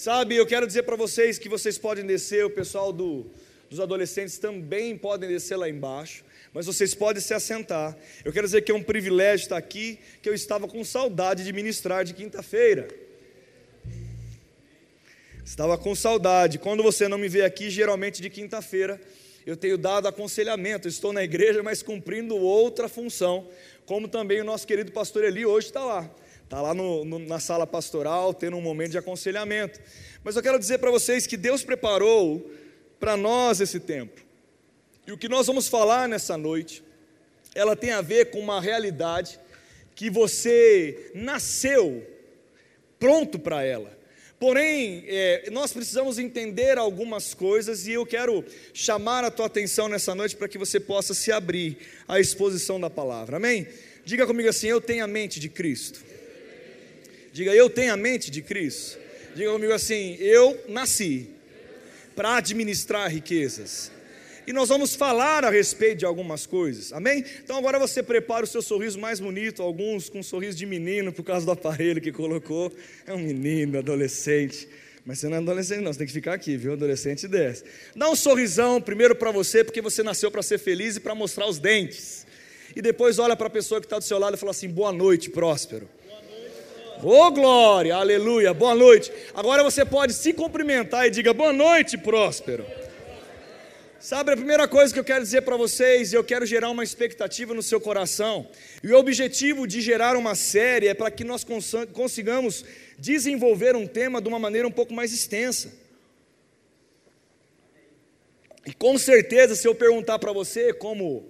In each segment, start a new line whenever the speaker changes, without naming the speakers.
Sabe, eu quero dizer para vocês que vocês podem descer, o pessoal dos adolescentes também podem descer lá embaixo, mas vocês podem se assentar. Eu quero dizer que é um privilégio estar aqui, que eu estava com saudade de ministrar de quinta-feira. Estava com saudade. Quando você não me vê aqui, geralmente de quinta-feira, eu tenho dado aconselhamento, estou na igreja, mas cumprindo outra função, como também o nosso querido pastor Eli hoje está lá na sala pastoral, tendo um momento de aconselhamento. Mas eu quero dizer para vocês que Deus preparou para nós esse tempo, e o que nós vamos falar nessa noite, ela tem a ver com uma realidade que você nasceu pronto para ela. Porém, nós precisamos entender algumas coisas, e eu quero chamar a tua atenção nessa noite para que você possa se abrir à exposição da palavra, amém? Diga comigo assim: eu tenho a mente de Cristo. Diga: eu tenho a mente de Cristo. Diga comigo assim: eu nasci para administrar riquezas. E nós vamos falar a respeito de algumas coisas, amém? Então agora você prepara o seu sorriso mais bonito, alguns com um sorriso de menino por causa do aparelho que colocou. É um menino, adolescente, mas você não é adolescente não, você tem que ficar aqui, viu? Adolescente desce. Dá um sorrisão primeiro para você, porque você nasceu para ser feliz e para mostrar os dentes. E depois olha para a pessoa que está do seu lado e fala assim: boa noite, próspero. Ô glória, aleluia, boa noite. Agora você pode se cumprimentar e diga: boa noite, próspero. Sabe, a primeira coisa que eu quero dizer para vocês, eu quero gerar uma expectativa no seu coração, e o objetivo de gerar uma série é para que nós consigamos desenvolver um tema de uma maneira um pouco mais extensa. E com certeza, se eu perguntar para você, como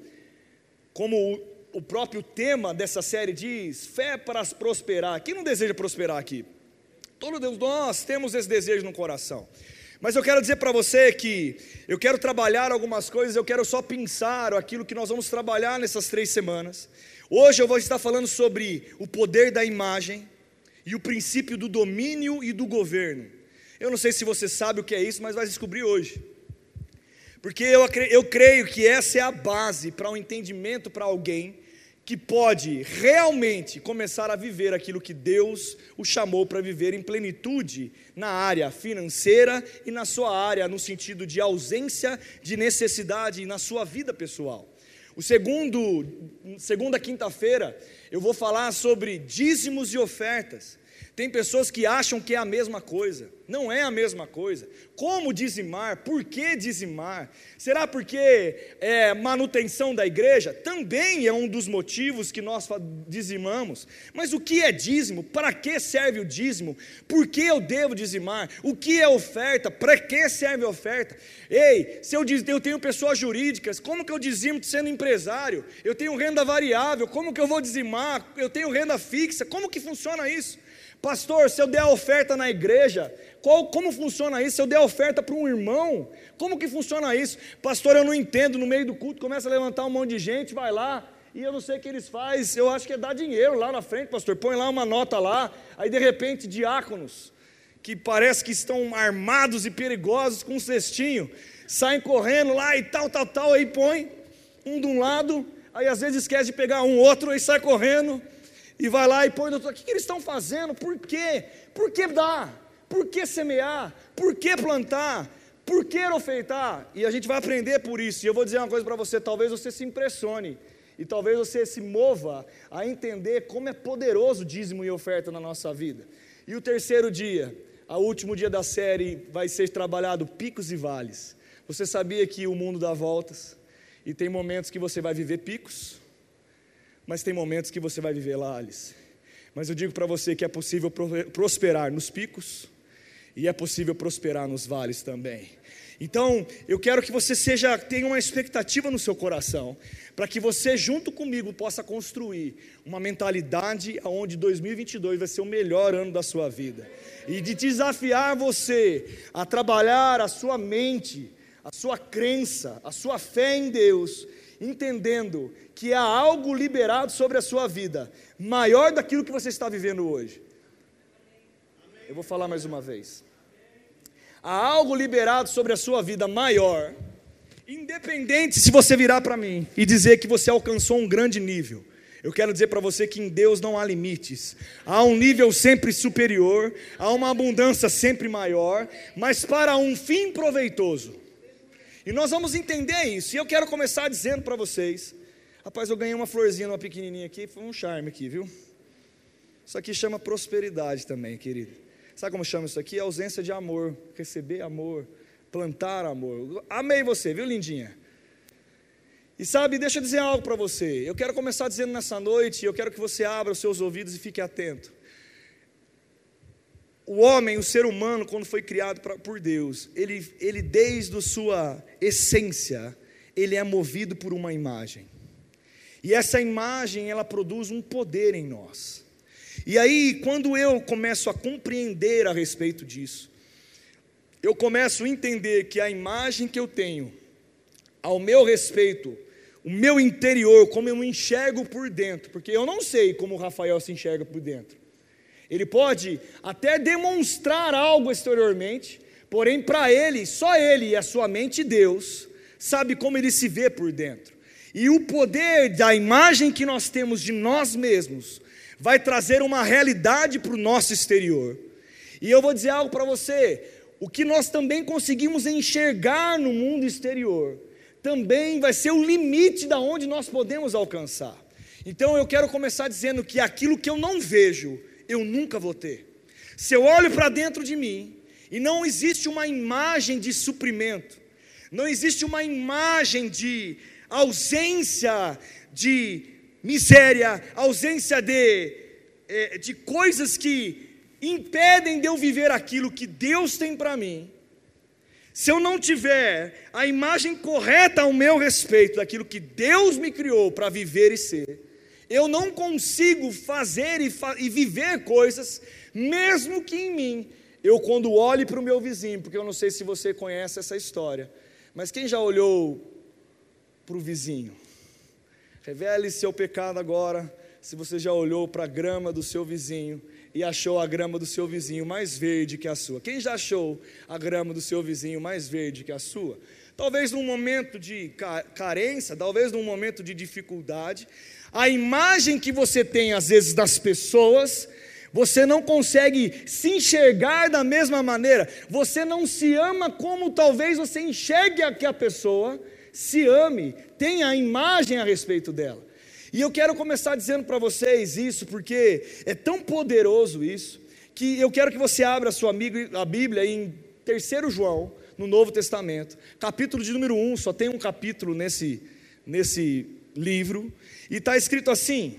o próprio tema dessa série diz, fé para prosperar. Quem não deseja prosperar aqui? Todos nós temos esse desejo no coração. Mas eu quero dizer para você que eu quero trabalhar algumas coisas, eu quero só pensar aquilo que nós vamos trabalhar nessas 3 semanas. Hoje eu vou estar falando sobre o poder da imagem e o princípio do domínio e do governo. Eu não sei se você sabe o que é isso, mas vai descobrir hoje. Porque eu creio que essa é a base para um entendimento para alguém que pode realmente começar a viver aquilo que Deus o chamou para viver em plenitude na área financeira e na sua área, no sentido de ausência de necessidade na sua vida pessoal. Segunda quinta-feira, eu vou falar sobre dízimos e ofertas. Tem pessoas que acham que é a mesma coisa. Não é a mesma coisa. Como dizimar? Por que dizimar? Será porque é manutenção da igreja? Também é um dos motivos que nós dizimamos. Mas o que é dízimo? Para que serve o dízimo? Por que eu devo dizimar? O que é oferta? Para que serve a oferta? Ei, se eu tenho pessoas jurídicas, como que eu dizimo sendo empresário? Eu tenho renda variável, como que eu vou dizimar? Eu tenho renda fixa, como que funciona isso? Pastor, se eu der a oferta na igreja, como funciona isso? Se eu der a oferta para um irmão, como que funciona isso? Pastor, eu não entendo, no meio do culto começa a levantar um monte de gente, vai lá, e eu não sei o que eles fazem, eu acho que é dar dinheiro lá na frente, pastor, põe lá uma nota lá, aí de repente diáconos, que parece que estão armados e perigosos com um cestinho, saem correndo lá e tal, aí põe um de um lado, aí às vezes esquece de pegar um outro, aí sai correndo, e vai lá e põe, doutor, o que eles estão fazendo? Por quê? Por que dar? Por que semear? Por que plantar? Por que ofertar? E a gente vai aprender por isso. E eu vou dizer uma coisa para você, talvez você se impressione, e talvez você se mova a entender como é poderoso dízimo e oferta na nossa vida. E o terceiro dia, o último dia da série, vai ser trabalhado picos e vales. Você sabia que o mundo dá voltas, e tem momentos que você vai viver picos, mas tem momentos que você vai viver vales. Mas eu digo para você que é possível prosperar nos picos, e é possível prosperar nos vales também. Então, eu quero que você tenha uma expectativa no seu coração, para que você junto comigo possa construir uma mentalidade onde 2022 vai ser o melhor ano da sua vida, e de desafiar você a trabalhar a sua mente, a sua crença, a sua fé em Deus, entendendo que há algo liberado sobre a sua vida, maior daquilo que você está vivendo hoje. Eu vou falar mais uma vez. Há algo liberado sobre a sua vida maior, independente se você virar para mim e dizer que você alcançou um grande nível. Eu quero dizer para você que em Deus não há limites, há um nível sempre superior, há uma abundância sempre maior, mas para um fim proveitoso. E nós vamos entender isso, e eu quero começar dizendo para vocês, rapaz, eu ganhei uma florzinha, uma pequenininha aqui, foi um charme aqui, viu? Isso aqui chama prosperidade também, querido. Sabe como chama isso aqui? Ausência de amor, receber amor, plantar amor. Amei você, viu, lindinha? E sabe, deixa eu dizer algo para você. Eu quero começar dizendo nessa noite, e eu quero que você abra os seus ouvidos e fique atento. O homem, o ser humano, quando foi criado por Deus, ele desde a sua essência, ele é movido por uma imagem. E essa imagem, ela produz um poder em nós. E aí, quando eu começo a compreender a respeito disso, eu começo a entender que a imagem que eu tenho ao meu respeito, o meu interior, como eu me enxergo por dentro, porque eu não sei como o Rafael se enxerga por dentro. Ele pode até demonstrar algo exteriormente, porém para ele, só ele e a sua mente, Deus, sabe como ele se vê por dentro. E o poder da imagem que nós temos de nós mesmos, vai trazer uma realidade para o nosso exterior. E eu vou dizer algo para você, o que nós também conseguimos enxergar no mundo exterior, também vai ser o limite da onde nós podemos alcançar. Então eu quero começar dizendo que aquilo que eu não vejo, eu nunca vou ter. Se eu olho para dentro de mim, e não existe uma imagem de suprimento, não existe uma imagem de ausência de miséria, ausência de coisas que impedem de eu viver aquilo que Deus tem para mim. Se eu não tiver a imagem correta ao meu respeito, daquilo que Deus me criou para viver e ser, eu não consigo fazer e viver coisas, mesmo que em mim, eu quando olho para o meu vizinho, porque eu não sei se você conhece essa história, mas quem já olhou para o vizinho? Revele seu pecado agora, se você já olhou para a grama do seu vizinho, e achou a grama do seu vizinho mais verde que a sua. Quem já achou a grama do seu vizinho mais verde que a sua? Talvez num momento de carência, talvez num momento de dificuldade, a imagem que você tem às vezes das pessoas, você não consegue se enxergar da mesma maneira, você não se ama como talvez você enxergue que a pessoa se ame, tenha a imagem a respeito dela. E eu quero começar dizendo para vocês isso, porque é tão poderoso isso, que eu quero que você abra a Bíblia em 3 João, no Novo Testamento, capítulo de número 1, só tem um capítulo nesse livro, e está escrito assim,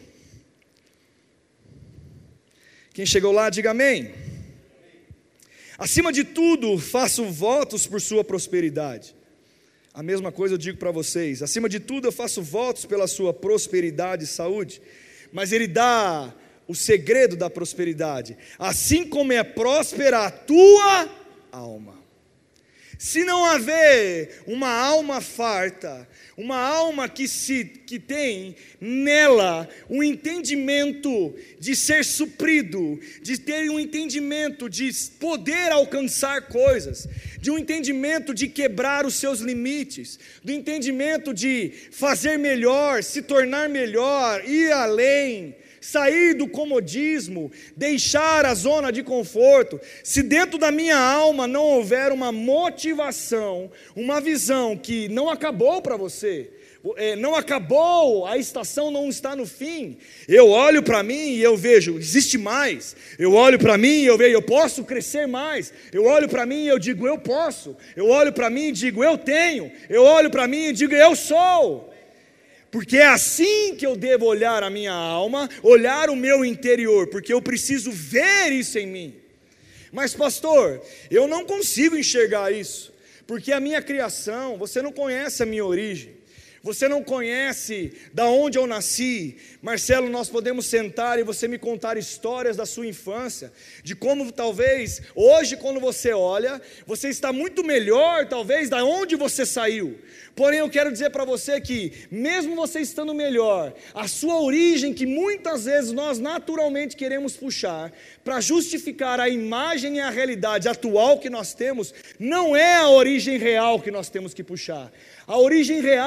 quem chegou lá, diga amém. Acima de tudo, faço votos por sua prosperidade. A mesma coisa eu digo para vocês, acima de tudo eu faço votos pela sua prosperidade e saúde, mas ele dá o segredo da prosperidade, assim como é próspera a tua alma. Se não haver uma alma farta, uma alma que tem nela um entendimento de ser suprido, de ter um entendimento de poder alcançar coisas, de um entendimento de quebrar os seus limites, do entendimento de fazer melhor, se tornar melhor, ir além, sair do comodismo, deixar a zona de conforto, se dentro da minha alma não houver uma motivação, uma visão que não acabou para você, não acabou, a estação não está no fim, eu olho para mim e eu vejo, existe mais, eu olho para mim e eu vejo, eu posso crescer mais, eu olho para mim e eu digo, eu posso, eu olho para mim e digo, eu tenho, eu olho para mim e digo, eu sou. Porque é assim que eu devo olhar a minha alma, olhar o meu interior, porque eu preciso ver isso em mim. Mas pastor, eu não consigo enxergar isso, porque a minha criação, você não conhece a minha origem, você não conhece da onde eu nasci. Marcelo, nós podemos sentar e você me contar histórias da sua infância, de como talvez, hoje quando você olha, você está muito melhor talvez da onde você saiu. Porém eu quero dizer para você que, mesmo você estando melhor, a sua origem que muitas vezes nós naturalmente queremos puxar, para justificar a imagem e a realidade atual que nós temos, não é a origem real que nós temos que puxar. A origem real é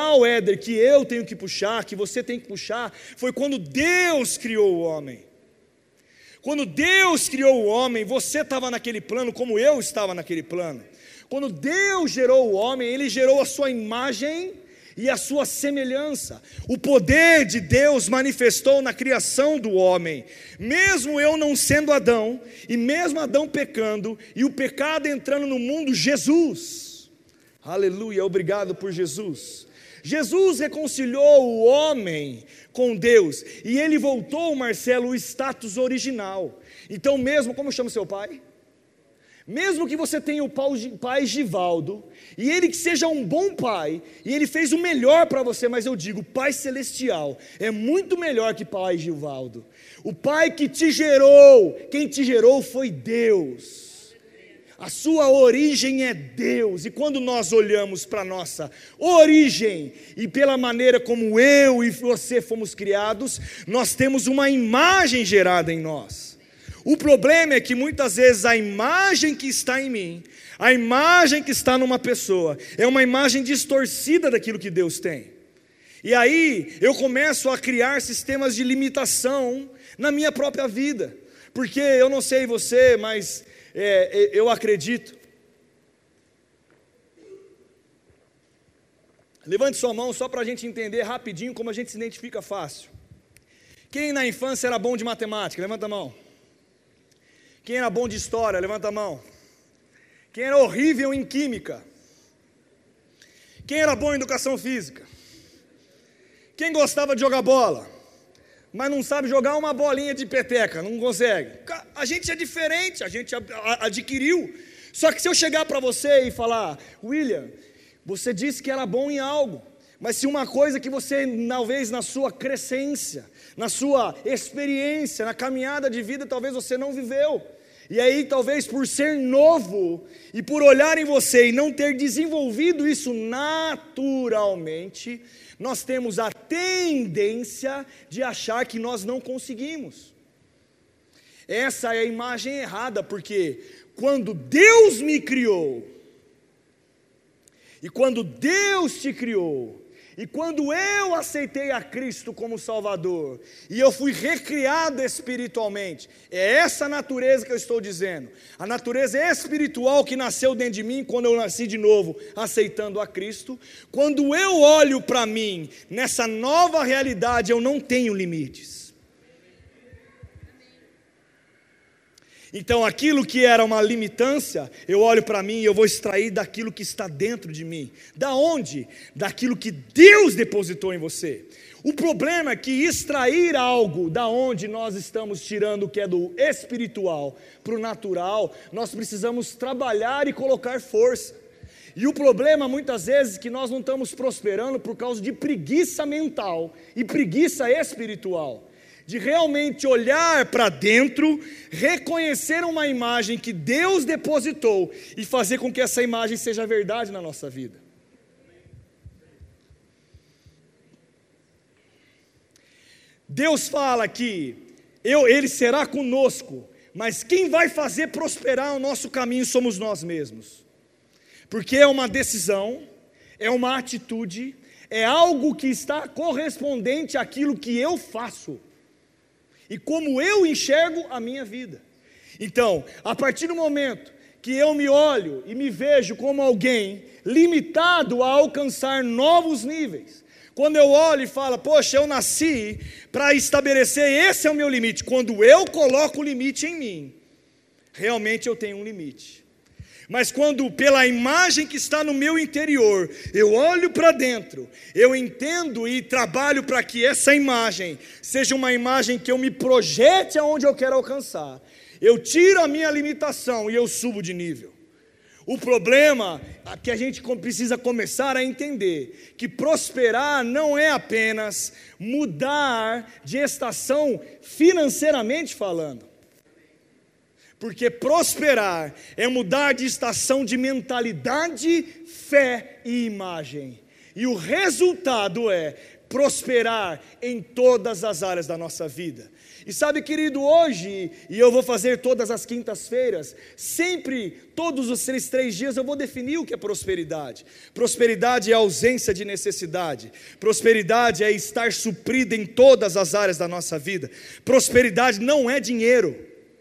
Éder, que eu tenho que puxar, que você tem que puxar, foi quando Deus criou o homem. Quando Deus criou o homem, você estava naquele plano como eu estava naquele plano. Quando Deus gerou o homem, Ele gerou a sua imagem e a sua semelhança. O poder de Deus manifestou na criação do homem. Mesmo eu não sendo Adão, e mesmo Adão pecando, e o pecado entrando no mundo, Jesus, aleluia, obrigado por Jesus. Jesus reconciliou o homem com Deus, e ele voltou, Marcelo, o status original. Então mesmo, como chama seu pai? Mesmo que você tenha o pai Givaldo, e ele que seja um bom pai, e ele fez o melhor para você, mas eu digo, Pai Celestial é muito melhor que pai Givaldo. O pai que te gerou, quem te gerou foi Deus. A sua origem é Deus, e quando nós olhamos para a nossa origem, e pela maneira como eu e você fomos criados, nós temos uma imagem gerada em nós. O problema é que muitas vezes a imagem que está em mim, a imagem que está numa pessoa, é uma imagem distorcida daquilo que Deus tem. E aí eu começo a criar sistemas de limitação na minha própria vida, porque eu não sei você, mas eu acredito. Levante sua mão só para a gente entender rapidinho como a gente se identifica fácil. Quem na infância era bom de matemática? Levanta a mão. Quem era bom de história? Levanta a mão. Quem era horrível em química? Quem era bom em educação física? Quem gostava de jogar bola, mas não sabe jogar uma bolinha de peteca, não consegue? A gente é diferente, a gente adquiriu. Só que se eu chegar para você e falar, William, você disse que era bom em algo, mas se uma coisa que você, talvez na sua crescência, na sua experiência, na caminhada de vida, talvez você não viveu. E aí talvez por ser novo, e por olhar em você e não ter desenvolvido isso naturalmente, nós temos a tendência de achar que nós não conseguimos. Essa é a imagem errada, porque quando Deus me criou, e quando Deus te criou, e quando eu aceitei a Cristo como Salvador, e eu fui recriado espiritualmente, é essa natureza que eu estou dizendo, a natureza espiritual que nasceu dentro de mim, quando eu nasci de novo, aceitando a Cristo. Quando eu olho para mim, nessa nova realidade, eu não tenho limites. Então aquilo que era uma limitância, eu olho para mim e eu vou extrair daquilo que está dentro de mim. Da onde? Daquilo que Deus depositou em você. O problema é que extrair algo da onde nós estamos tirando o que é do espiritual para o natural, nós precisamos trabalhar e colocar força. E o problema muitas vezes é que nós não estamos prosperando por causa de preguiça mental e preguiça espiritual. De realmente olhar para dentro, reconhecer uma imagem que Deus depositou e fazer com que essa imagem seja verdade na nossa vida. Deus fala que Ele será conosco, mas quem vai fazer prosperar o nosso caminho somos nós mesmos. Porque é uma decisão, é uma atitude, é algo que está correspondente àquilo que eu faço. E como eu enxergo a minha vida. Então, a partir do momento que eu me olho e me vejo como alguém limitado a alcançar novos níveis, quando eu olho e falo, poxa, eu nasci para estabelecer, esse é o meu limite. Quando eu coloco o limite em mim, realmente eu tenho um limite. Mas quando pela imagem que está no meu interior, eu olho para dentro, eu entendo e trabalho para que essa imagem seja uma imagem que eu me projete aonde eu quero alcançar, eu tiro a minha limitação e eu subo de nível. O problema é que a gente precisa começar a entender que prosperar não é apenas mudar de estação financeiramente falando. Porque prosperar é mudar de estação de mentalidade, fé e imagem. E o resultado é prosperar em todas as áreas da nossa vida. E sabe, querido, hoje, e eu vou fazer todas as quintas-feiras, sempre, todos os 3 dias eu vou definir o que é prosperidade. Prosperidade é ausência de necessidade. Prosperidade é estar suprido em todas as áreas da nossa vida. Prosperidade não é dinheiro.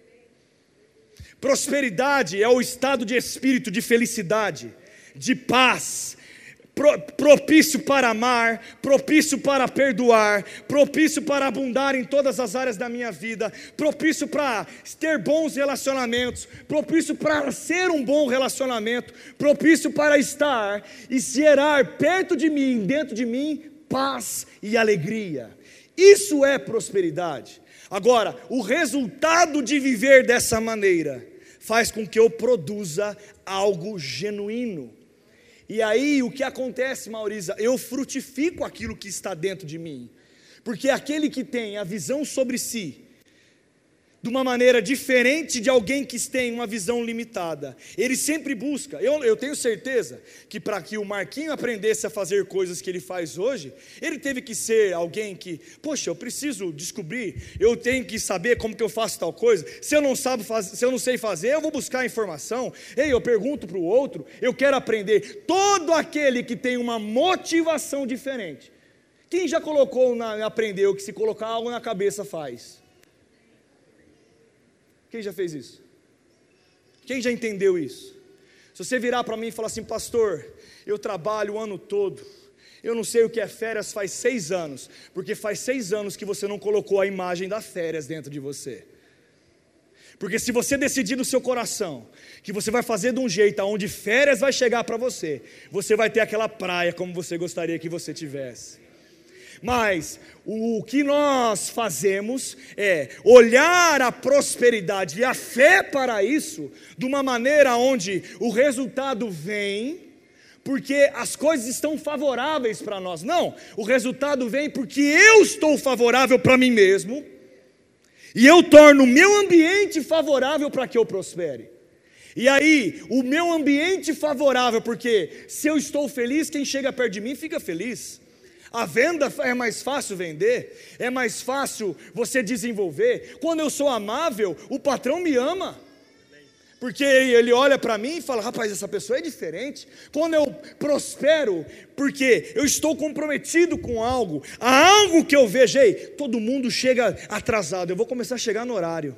Prosperidade é o estado de espírito de felicidade, de paz, propício para amar, propício para perdoar, propício para abundar em todas as áreas da minha vida, propício para ter bons relacionamentos, propício para ser um bom relacionamento, propício para estar e gerar perto de mim, dentro de mim, paz e alegria. Isso é prosperidade. Agora, o resultado de viver dessa maneira faz com que eu produza algo genuíno. E aí o que acontece, Mauriza? Eu frutifico aquilo que está dentro de mim, porque aquele que tem a visão sobre si, de uma maneira diferente de alguém que tem uma visão limitada, ele sempre busca, eu tenho certeza, que para que o Marquinho aprendesse a fazer coisas que ele faz hoje, ele teve que ser alguém que, poxa, eu preciso descobrir, eu tenho que saber como que eu faço tal coisa, se eu não sei fazer, eu vou buscar informação, eu pergunto para o outro, eu quero aprender. Todo aquele que tem uma motivação diferente, quem já aprendeu que se colocar algo na cabeça faz? Quem já fez isso? Quem já entendeu isso? Se você virar para mim e falar assim, pastor, eu trabalho o ano todo, eu não sei o que é férias faz 6 anos, porque faz 6 anos que você não colocou a imagem das férias dentro de você. Porque se você decidir no seu coração que você vai fazer de um jeito aonde férias vai chegar para você, você vai ter aquela praia como você gostaria que você tivesse. Mas o que nós fazemos é olhar a prosperidade e a fé para isso de uma maneira onde o resultado vem porque as coisas estão favoráveis para nós. Não, o resultado vem porque eu estou favorável para mim mesmo e eu torno o meu ambiente favorável para que eu prospere. E aí, o meu ambiente favorável, porque se eu estou feliz, quem chega perto de mim fica feliz. A venda é mais fácil vender, é mais fácil você desenvolver. Quando eu sou amável, o patrão me ama, porque ele olha para mim e fala, rapaz, essa pessoa é diferente. Quando eu prospero, porque eu estou comprometido com algo, há algo que eu vejo, todo mundo chega atrasado, eu vou começar a chegar no horário.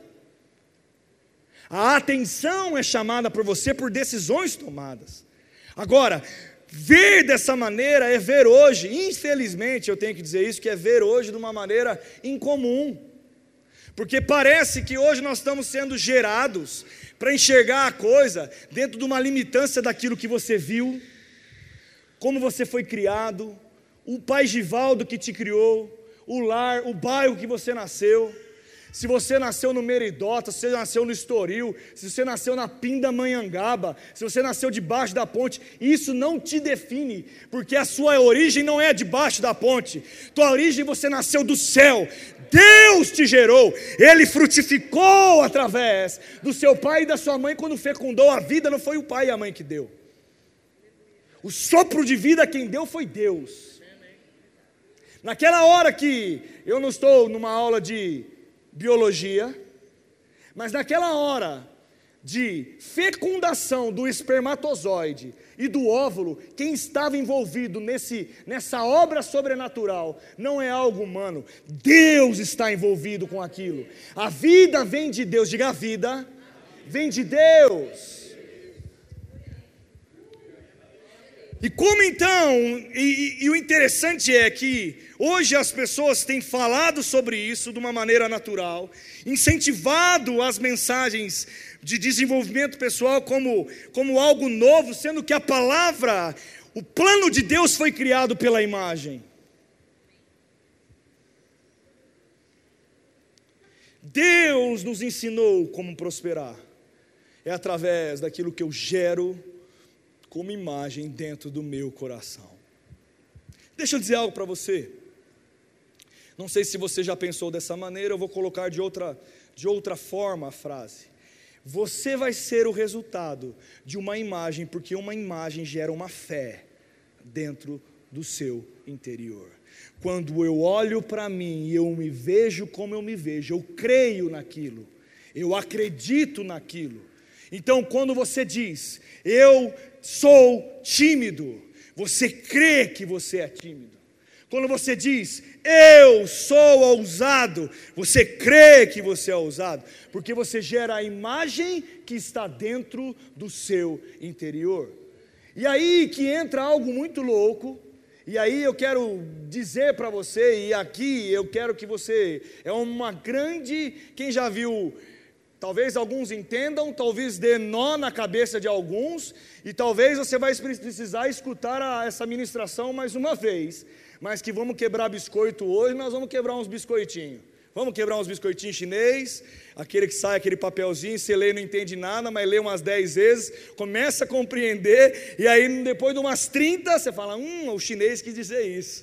A atenção é chamada por você por decisões tomadas. Agora, ver dessa maneira é ver hoje, infelizmente eu tenho que dizer isso, que é ver hoje de uma maneira incomum, porque parece que hoje nós estamos sendo gerados para enxergar a coisa dentro de uma limitância daquilo que você viu, como você foi criado, o pai Givaldo que te criou, o lar, o bairro que você nasceu. Se você nasceu no Meridota, se você nasceu no Estoril, se você nasceu na Pindamonhangaba, se você nasceu debaixo da ponte, isso não te define, porque a sua origem não é debaixo da ponte, tua origem você nasceu do céu, Deus te gerou, Ele frutificou através do seu pai e da sua mãe quando fecundou a vida, não foi o pai e a mãe que deu, o sopro de vida quem deu foi Deus. Naquela hora que eu não estou numa aula de biologia, mas naquela hora de fecundação do espermatozoide e do óvulo, quem estava envolvido nessa obra sobrenatural não é algo humano, Deus está envolvido com aquilo. A vida vem de Deus, diga, a vida vem de Deus. E como então, e o interessante é que hoje as pessoas têm falado sobre isso de uma maneira natural, incentivado as mensagens de desenvolvimento pessoal como algo novo, sendo que a palavra, o plano de Deus foi criado pela imagem. Deus nos ensinou como prosperar, é através daquilo que eu gero como imagem dentro do meu coração. Deixa eu dizer algo para você. Não sei se você já pensou dessa maneira, eu vou colocar de outra forma a frase. Você vai ser o resultado de uma imagem, porque uma imagem gera uma fé dentro do seu interior. Quando eu olho para mim e eu me vejo como eu me vejo, eu creio naquilo, eu acredito naquilo. Então, quando você diz, eu sou tímido, você crê que você é tímido. Quando você diz, eu sou ousado, você crê que você é ousado, porque você gera a imagem que está dentro do seu interior. E aí que entra algo muito louco, e aí eu quero dizer para você, e aqui eu quero que você, é uma grande, quem já viu, talvez alguns entendam, talvez dê nó na cabeça de alguns, e talvez você vai precisar escutar essa ministração mais uma vez, mas que vamos quebrar biscoito hoje, nós vamos quebrar uns biscoitinhos. Vamos quebrar uns biscoitinhos chinês, aquele que sai, aquele papelzinho, você lê e não entende nada, mas lê umas 10 vezes, começa a compreender, e aí depois de umas 30, você fala, o chinês quis dizer isso.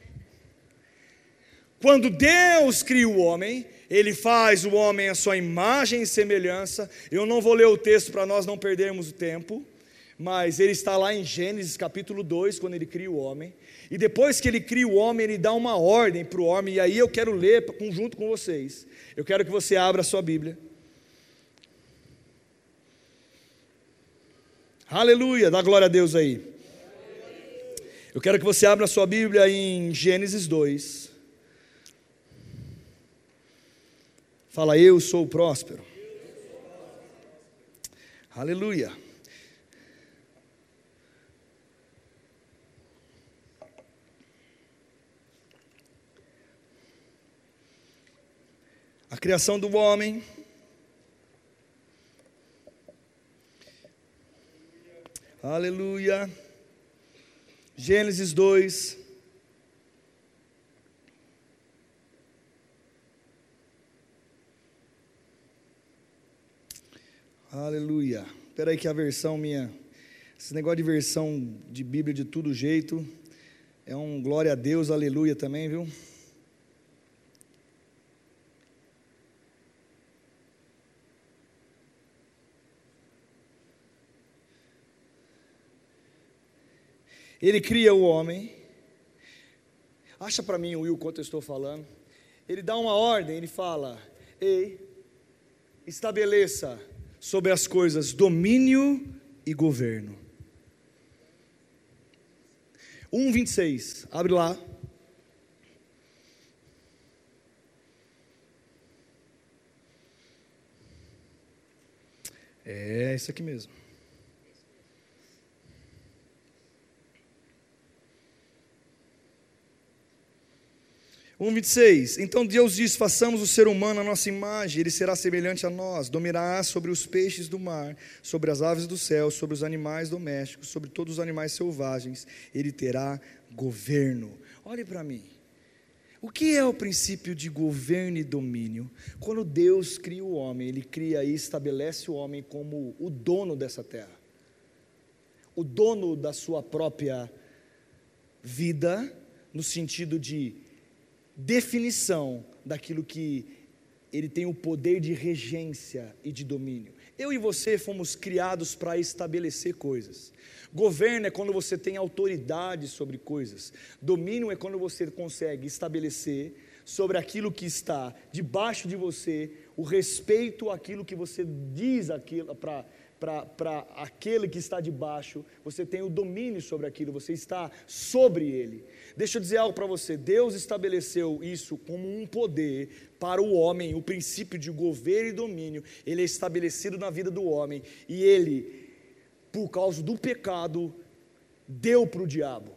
Quando Deus cria o homem, Ele faz o homem à sua imagem e semelhança. Eu não vou ler o texto para nós não perdermos o tempo, mas ele está lá em Gênesis capítulo 2, quando ele cria o homem, e depois que ele cria o homem, ele dá uma ordem para o homem, e aí eu quero ler junto com vocês, eu quero que você abra a sua Bíblia, aleluia, dá glória a Deus aí, eu quero que você abra a sua Bíblia em Gênesis 2, fala, eu sou próspero, aleluia. A criação do homem, aleluia, Gênesis 2, aleluia, espera aí que a versão minha, esse negócio de versão de Bíblia de todo jeito, é um glória a Deus, aleluia também, viu? Ele cria o homem, acha para mim, Will, quanto eu estou falando, ele dá uma ordem, ele fala, ei, estabeleça sobre as coisas domínio e governo. 1:26, abre lá. É isso aqui mesmo. 1:26, então Deus diz, façamos o ser humano à nossa imagem, ele será semelhante a nós, dominará sobre os peixes do mar, sobre as aves do céu, sobre os animais domésticos, sobre todos os animais selvagens, ele terá governo. Olhe para mim, o que é o princípio de governo e domínio? Quando Deus cria o homem, ele cria e estabelece o homem como o dono dessa terra, o dono da sua própria vida, no sentido de definição daquilo que ele tem o poder de regência e de domínio. Eu e você fomos criados para estabelecer coisas. Governo é quando você tem autoridade sobre coisas. Domínio é quando você consegue estabelecer sobre aquilo que está debaixo de você, o respeito àquilo que você diz aquilo para aquele que está debaixo, você tem o domínio sobre aquilo, você está sobre ele. Deixa eu dizer algo para você, Deus estabeleceu isso como um poder para o homem, o princípio de governo e domínio, ele é estabelecido na vida do homem, e ele, por causa do pecado, deu para o diabo.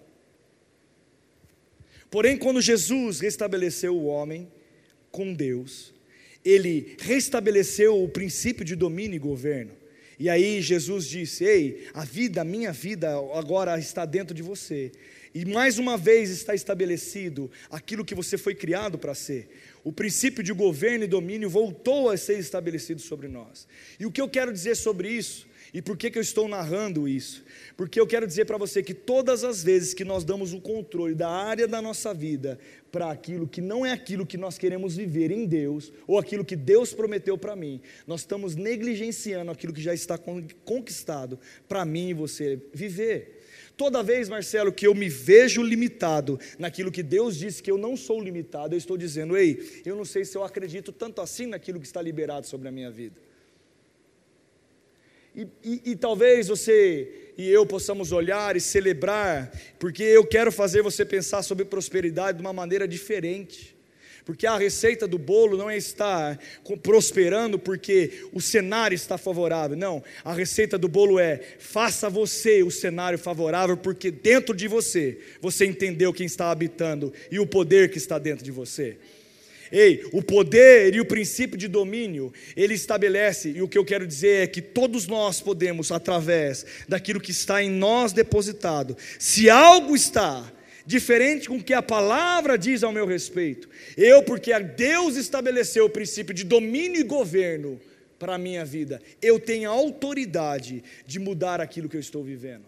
Porém, quando Jesus restabeleceu o homem com Deus, ele restabeleceu o princípio de domínio e governo. E aí Jesus disse, ei, a minha vida agora está dentro de você, e mais uma vez está estabelecido aquilo que você foi criado para ser. O princípio de governo e domínio voltou a ser estabelecido sobre nós. E o que eu quero dizer sobre isso, E por que eu estou narrando isso? Porque eu quero dizer para você que todas as vezes que nós damos o controle da área da nossa vida para aquilo que não é aquilo que nós queremos viver em Deus, ou aquilo que Deus prometeu para mim, nós estamos negligenciando aquilo que já está conquistado para mim e você viver. Toda vez, Marcelo, que eu me vejo limitado naquilo que Deus disse que eu não sou limitado, eu estou dizendo, ei, eu não sei se eu acredito tanto assim naquilo que está liberado sobre a minha vida. E talvez você e eu possamos olhar e celebrar, porque eu quero fazer você pensar sobre prosperidade de uma maneira diferente. Porque a receita do bolo não é estar prosperando porque o cenário está favorável. Não, a receita do bolo é: faça você o cenário favorável, porque dentro de você, você entendeu quem está habitando e o poder que está dentro de você. Ei, o poder e o princípio de domínio, ele estabelece, e o que eu quero dizer é que todos nós podemos, através daquilo que está em nós depositado, se algo está diferente com o que a palavra diz ao meu respeito, porque Deus estabeleceu o princípio de domínio e governo para a minha vida, eu tenho a autoridade de mudar aquilo que eu estou vivendo.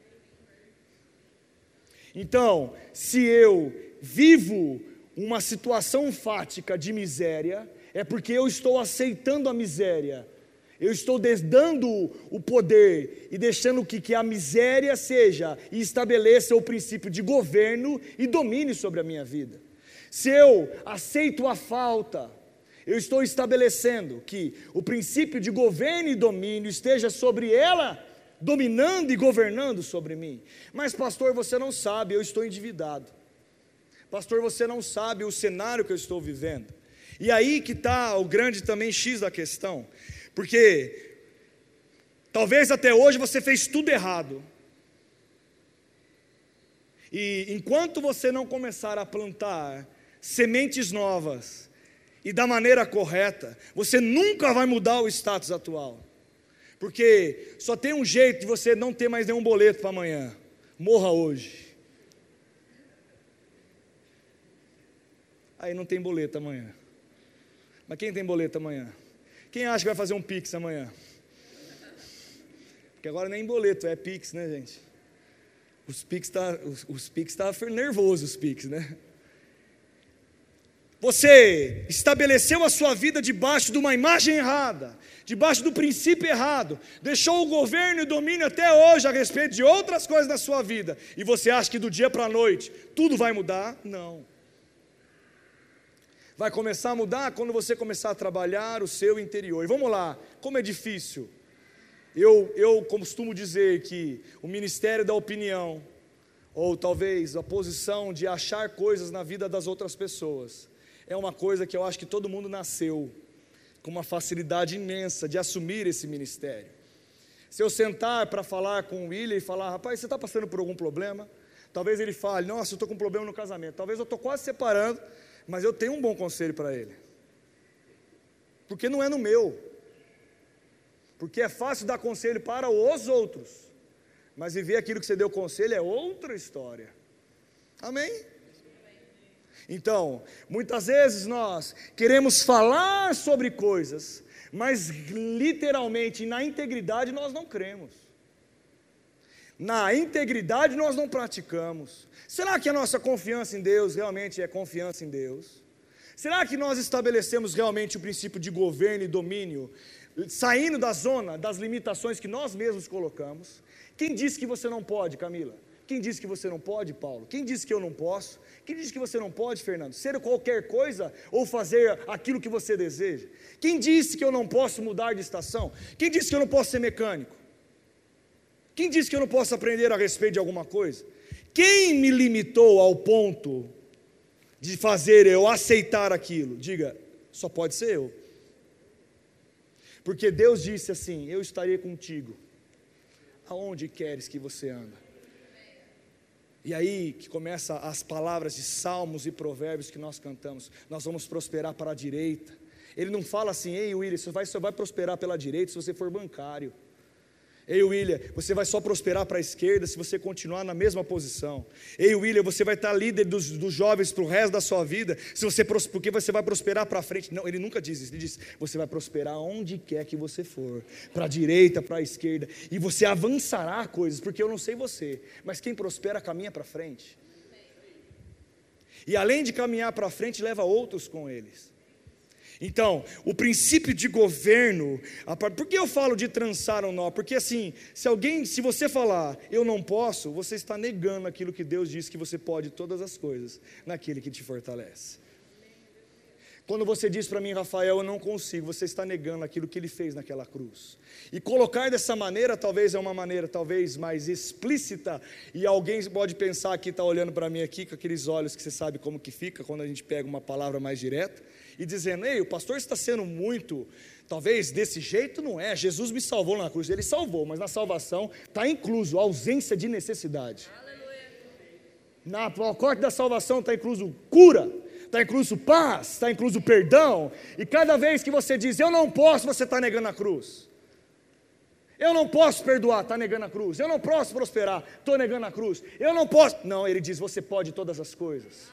Então, se eu vivo uma situação fática de miséria, é porque eu estou aceitando a miséria, eu estou dando o poder e deixando que a miséria seja e estabeleça o princípio de governo e domínio sobre a minha vida. Se eu aceito a falta, eu estou estabelecendo que o princípio de governo e domínio esteja sobre ela, dominando e governando sobre mim. Mas pastor, você não sabe, eu estou endividado. Pastor, você não sabe o cenário que eu estou vivendo. E aí que está o grande também X da questão. Porque talvez até hoje você fez tudo errado. E enquanto você não começar a plantar sementes novas e da maneira correta, você nunca vai mudar o status atual. Porque só tem um jeito de você não ter mais nenhum boleto para amanhã: morra hoje. Aí não tem boleto amanhã. Mas quem tem boleto amanhã? Quem acha que vai fazer um Pix amanhã? Porque agora nem boleto, é Pix, né, gente? Os Pix tá nervoso, os Pix, né? Você estabeleceu a sua vida debaixo de uma imagem errada, debaixo do princípio errado, deixou o governo e o domínio até hoje a respeito de outras coisas na sua vida, e você acha que do dia para a noite tudo vai mudar? Não. Vai começar a mudar quando você começar a trabalhar o seu interior. E vamos lá, como é difícil. Eu costumo dizer que o ministério da opinião, ou talvez a posição de achar coisas na vida das outras pessoas, é uma coisa que eu acho que todo mundo nasceu com uma facilidade imensa de assumir esse ministério. Se eu sentar para falar com o William e falar: rapaz, você está passando por algum problema? Talvez ele fale: nossa, eu estou com um problema no casamento. Talvez eu estou quase separando, mas eu tenho um bom conselho para ele, porque não é no meu, porque é fácil dar conselho para os outros, mas viver aquilo que você deu conselho é outra história. Amém? Então, muitas vezes nós queremos falar sobre coisas, mas literalmente na integridade nós não cremos, na integridade nós não praticamos. Será que a nossa confiança em Deus realmente é confiança em Deus? Será que nós estabelecemos realmente o princípio de governo e domínio, saindo da zona, das limitações que nós mesmos colocamos? Quem disse que você não pode, Camila? Quem disse que você não pode, Paulo? Quem disse que eu não posso? Quem disse que você não pode, Fernando? Ser qualquer coisa ou fazer aquilo que você deseja? Quem disse que eu não posso mudar de estação? Quem disse que eu não posso ser mecânico? Quem disse que eu não posso aprender a respeito de alguma coisa? Quem me limitou ao ponto de fazer eu aceitar aquilo? Diga, só pode ser eu. Porque Deus disse assim: eu estarei contigo, aonde queres que você anda. E aí que começa as palavras de salmos e provérbios que nós cantamos: nós vamos prosperar para a direita. Ele não fala assim: ei Willis, você vai prosperar pela direita se você for bancário. Ei, William, você vai só prosperar para a esquerda se você continuar na mesma posição. Ei, William, você vai estar líder dos jovens para o resto da sua vida, porque você vai prosperar para frente. Não, ele nunca diz isso, ele diz, você vai prosperar onde quer que você for, para a direita, para a esquerda, e você avançará coisas, porque eu não sei você, mas quem prospera caminha para frente. E além de caminhar para frente, leva outros com eles. Então, o princípio de governo, por que eu falo de trançar um nó? Porque assim, se você falar, eu não posso, você está negando aquilo que Deus diz que você pode todas as coisas, naquele que te fortalece. Quando você diz para mim, Rafael, eu não consigo, você está negando aquilo que Ele fez naquela cruz. E colocar dessa maneira, talvez é uma maneira talvez mais explícita, e alguém pode pensar que está olhando para mim aqui, com aqueles olhos que você sabe como que fica, quando a gente pega uma palavra mais direta, e dizendo, ei, o pastor está sendo muito, talvez desse jeito não é, Jesus me salvou na cruz, Ele salvou, mas na salvação está incluso a ausência de necessidade. Na corte da salvação está incluso cura, está incluso paz, está incluso perdão, e cada vez que você diz, eu não posso, você está negando a cruz. Eu não posso perdoar, está negando a cruz. Eu não posso prosperar, estou negando a cruz. Eu não posso, não, Ele diz, você pode todas as coisas.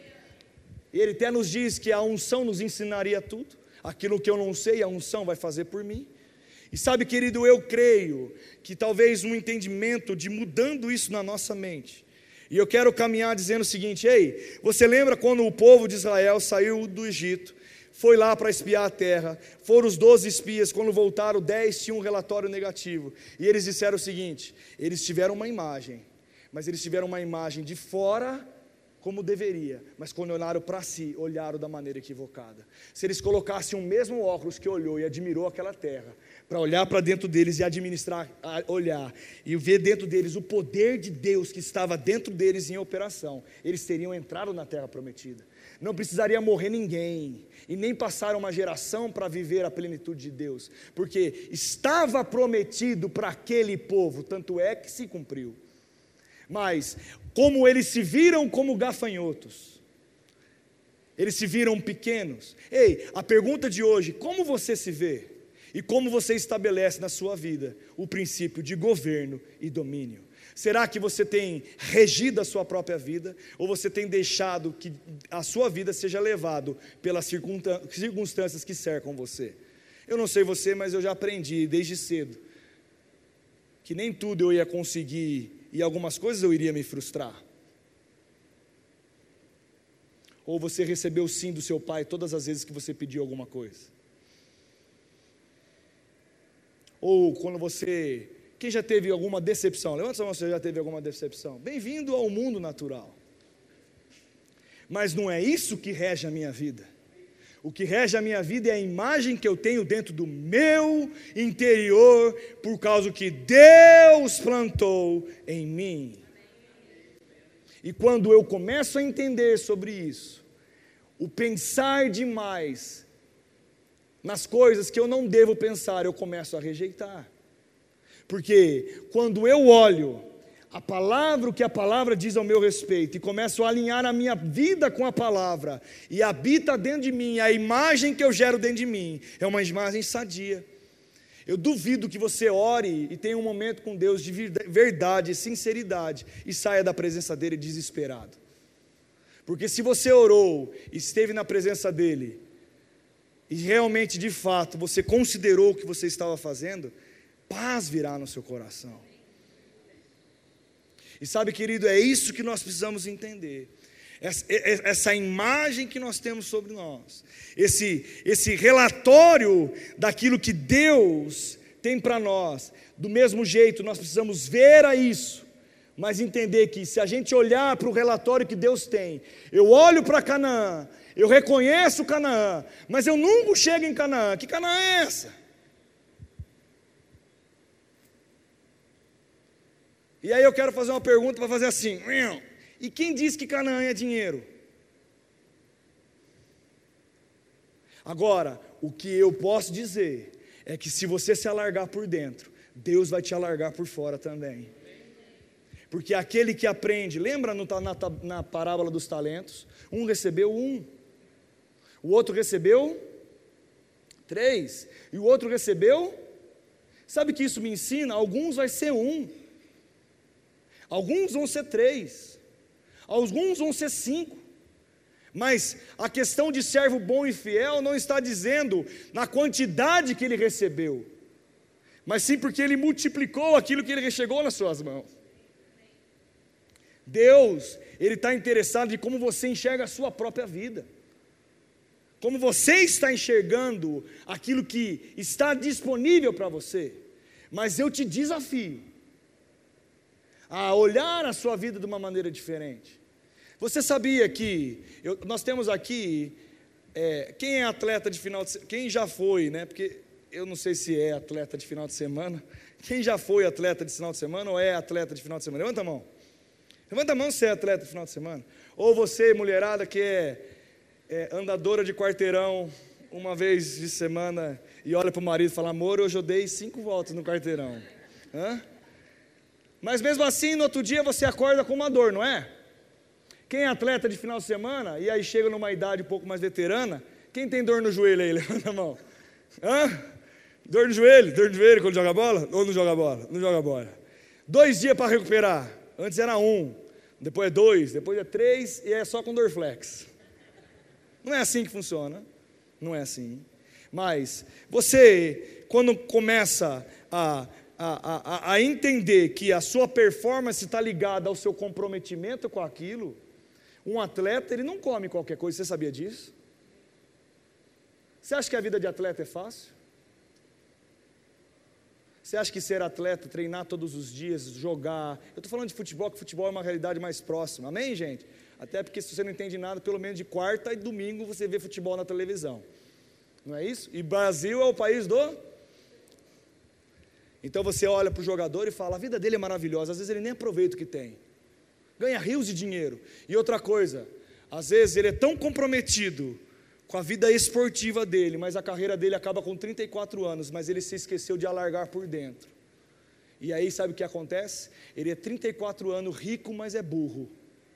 E Ele até nos diz que a unção nos ensinaria tudo, aquilo que eu não sei, a unção vai fazer por mim. E sabe, querido, eu creio que talvez um entendimento de mudando isso na nossa mente, e eu quero caminhar dizendo o seguinte, ei, você lembra quando o povo de Israel saiu do Egito, foi lá para espiar a terra, foram os 12 espias, quando voltaram 10 tinham um relatório negativo, e eles disseram o seguinte, eles tiveram uma imagem, mas eles tiveram uma imagem de fora, como deveria, mas quando olharam para si, olharam da maneira equivocada. Se eles colocassem o mesmo óculos que olhou e admirou aquela terra, para olhar para dentro deles e administrar, olhar, e ver dentro deles o poder de Deus que estava dentro deles em operação, eles teriam entrado na terra prometida. Não precisaria morrer ninguém, e nem passar uma geração para viver a plenitude de Deus, porque estava prometido para aquele povo, tanto é que se cumpriu. Mas, como eles se viram como gafanhotos, eles se viram pequenos. Ei, a pergunta de hoje, como você se vê? E como você estabelece na sua vida o princípio de governo e domínio? Será que você tem regido a sua própria vida? Ou você tem deixado que a sua vida seja levado pelas circunstâncias que cercam você? Eu não sei você, mas eu já aprendi desde cedo que nem tudo eu ia conseguir e algumas coisas eu iria me frustrar. Ou você recebeu sim do seu pai todas as vezes que você pediu alguma coisa? Ou quando você... Quem já teve alguma decepção? Levanta a mão se você já teve alguma decepção. Bem-vindo ao mundo natural. Mas não é isso que rege a minha vida. O que rege a minha vida é a imagem que eu tenho dentro do meu interior, por causa que Deus plantou em mim. E quando eu começo a entender sobre isso, o pensar demais nas coisas que eu não devo pensar, eu começo a rejeitar. Porque quando eu olho o que a palavra diz ao meu respeito, e começo a alinhar a minha vida com a palavra, e habita dentro de mim, a imagem que eu gero dentro de mim, é uma imagem sadia. Eu duvido que você ore e tenha um momento com Deus de verdade, sinceridade, e saia da presença dEle desesperado. Porque se você orou, esteve na presença dEle, e realmente, de fato, você considerou o que você estava fazendo, paz virá no seu coração. E sabe, querido, é isso que nós precisamos entender. Essa imagem que nós temos sobre nós, esse relatório daquilo que Deus tem para nós, do mesmo jeito nós precisamos ver a isso, mas entender que se a gente olhar para o relatório que Deus tem, eu olho para Canaã, eu reconheço Canaã, mas eu nunca chego em Canaã. Que Canaã é essa? E aí eu quero fazer uma pergunta para fazer assim, e quem diz que Canaã é dinheiro? Agora, o que eu posso dizer é que se você se alargar por dentro, Deus vai te alargar por fora também. Porque aquele que aprende, lembra na parábola dos talentos? Um recebeu 1, o outro recebeu 3, e o outro recebeu Sabe o que isso me ensina? Alguns vai ser 1, alguns vão ser 3, alguns vão ser 5, mas a questão de servo bom e fiel não está dizendo na quantidade que ele recebeu, mas sim porque ele multiplicou aquilo que ele chegou nas suas mãos. Deus, Ele está interessado em como você enxerga a sua própria vida, como você está enxergando aquilo que está disponível para você. Mas eu te desafio a olhar a sua vida de uma maneira diferente. Você sabia que nós temos aqui, quem é atleta de final de semana, quem já foi, né? Porque eu não sei se é atleta de final de semana. Quem já foi atleta de final de semana ou é atleta de final de semana? Levanta a mão. Levanta a mão se é atleta de final de semana. Ou você, mulherada, que é andadora de quarteirão uma vez de semana e olha para o marido e fala: amor, hoje eu dei 5 voltas no quarteirão. Mas mesmo assim, no outro dia você acorda com uma dor, não é? Quem é atleta de final de semana e aí chega numa idade um pouco mais veterana, quem tem dor no joelho aí? Levanta a mão. Dor no joelho quando joga bola? Ou não joga bola? Não joga bola. 2 dias para recuperar. Antes era 1, depois é 2, depois é 3 e é só com Dorflex. Não é assim que funciona. Não é assim. Mas você, quando começa a entender que a sua performance está ligada ao seu comprometimento com aquilo, um atleta, ele não come qualquer coisa. Você sabia disso? Você acha que a vida de atleta é fácil? Você acha que ser atleta, treinar todos os dias, jogar... Eu estou falando de futebol, que futebol é uma realidade mais próxima. Amém, gente? Até porque se você não entende nada, pelo menos de quarta e domingo você vê futebol na televisão. Não é isso? E Brasil é o país do... Então você olha para o jogador e fala: a vida dele é maravilhosa. Às vezes ele nem aproveita o que tem. Ganha rios de dinheiro. E outra coisa, às vezes ele é tão comprometido com a vida esportiva dele, mas a carreira dele acaba com 34 anos, mas ele se esqueceu de alargar por dentro. E aí sabe o que acontece? Ele é 34 anos, rico, mas é burro.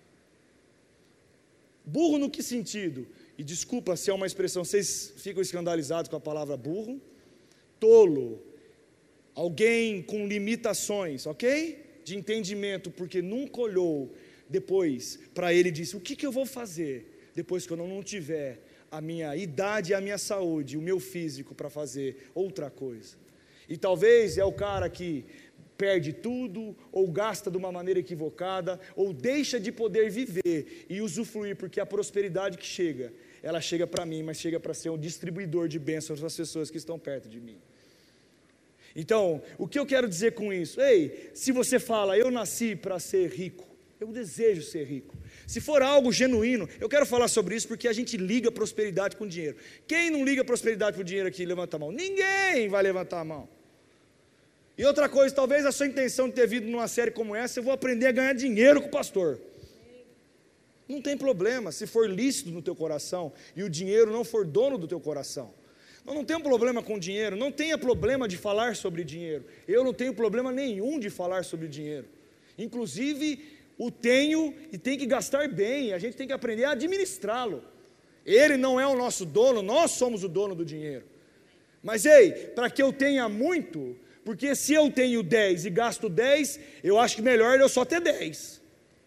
Burro no que sentido? E desculpa se é uma expressão, vocês ficam escandalizados com a palavra burro. Tolo, alguém com limitações, ok? De entendimento, porque nunca olhou depois para ele e disse: o que eu vou fazer depois que eu não tiver a minha idade e a minha saúde, o meu físico para fazer outra coisa? E talvez é o cara que perde tudo, ou gasta de uma maneira equivocada, ou deixa de poder viver e usufruir, porque a prosperidade que chega, ela chega para mim, mas chega para ser um distribuidor de bênçãos para as pessoas que estão perto de mim. Então, o que eu quero dizer com isso? Ei, se você fala: eu nasci para ser rico, eu desejo ser rico. Se for algo genuíno, eu quero falar sobre isso porque a gente liga prosperidade com dinheiro. Quem não liga prosperidade com dinheiro aqui, levanta a mão. Ninguém vai levantar a mão. E outra coisa, talvez a sua intenção de ter vindo numa série como essa: eu vou aprender a ganhar dinheiro com o pastor. Não tem problema, se for lícito no teu coração e o dinheiro não for dono do teu coração. Não tenho problema com dinheiro, não tenha problema de falar sobre dinheiro. Eu não tenho problema nenhum de falar sobre dinheiro. Inclusive, o tenho e tem que gastar bem, a gente tem que aprender a administrá-lo. Ele não é o nosso dono, nós somos o dono do dinheiro. Mas ei, para que eu tenha muito, porque se eu tenho 10 e gasto 10, eu acho que melhor eu só ter 10.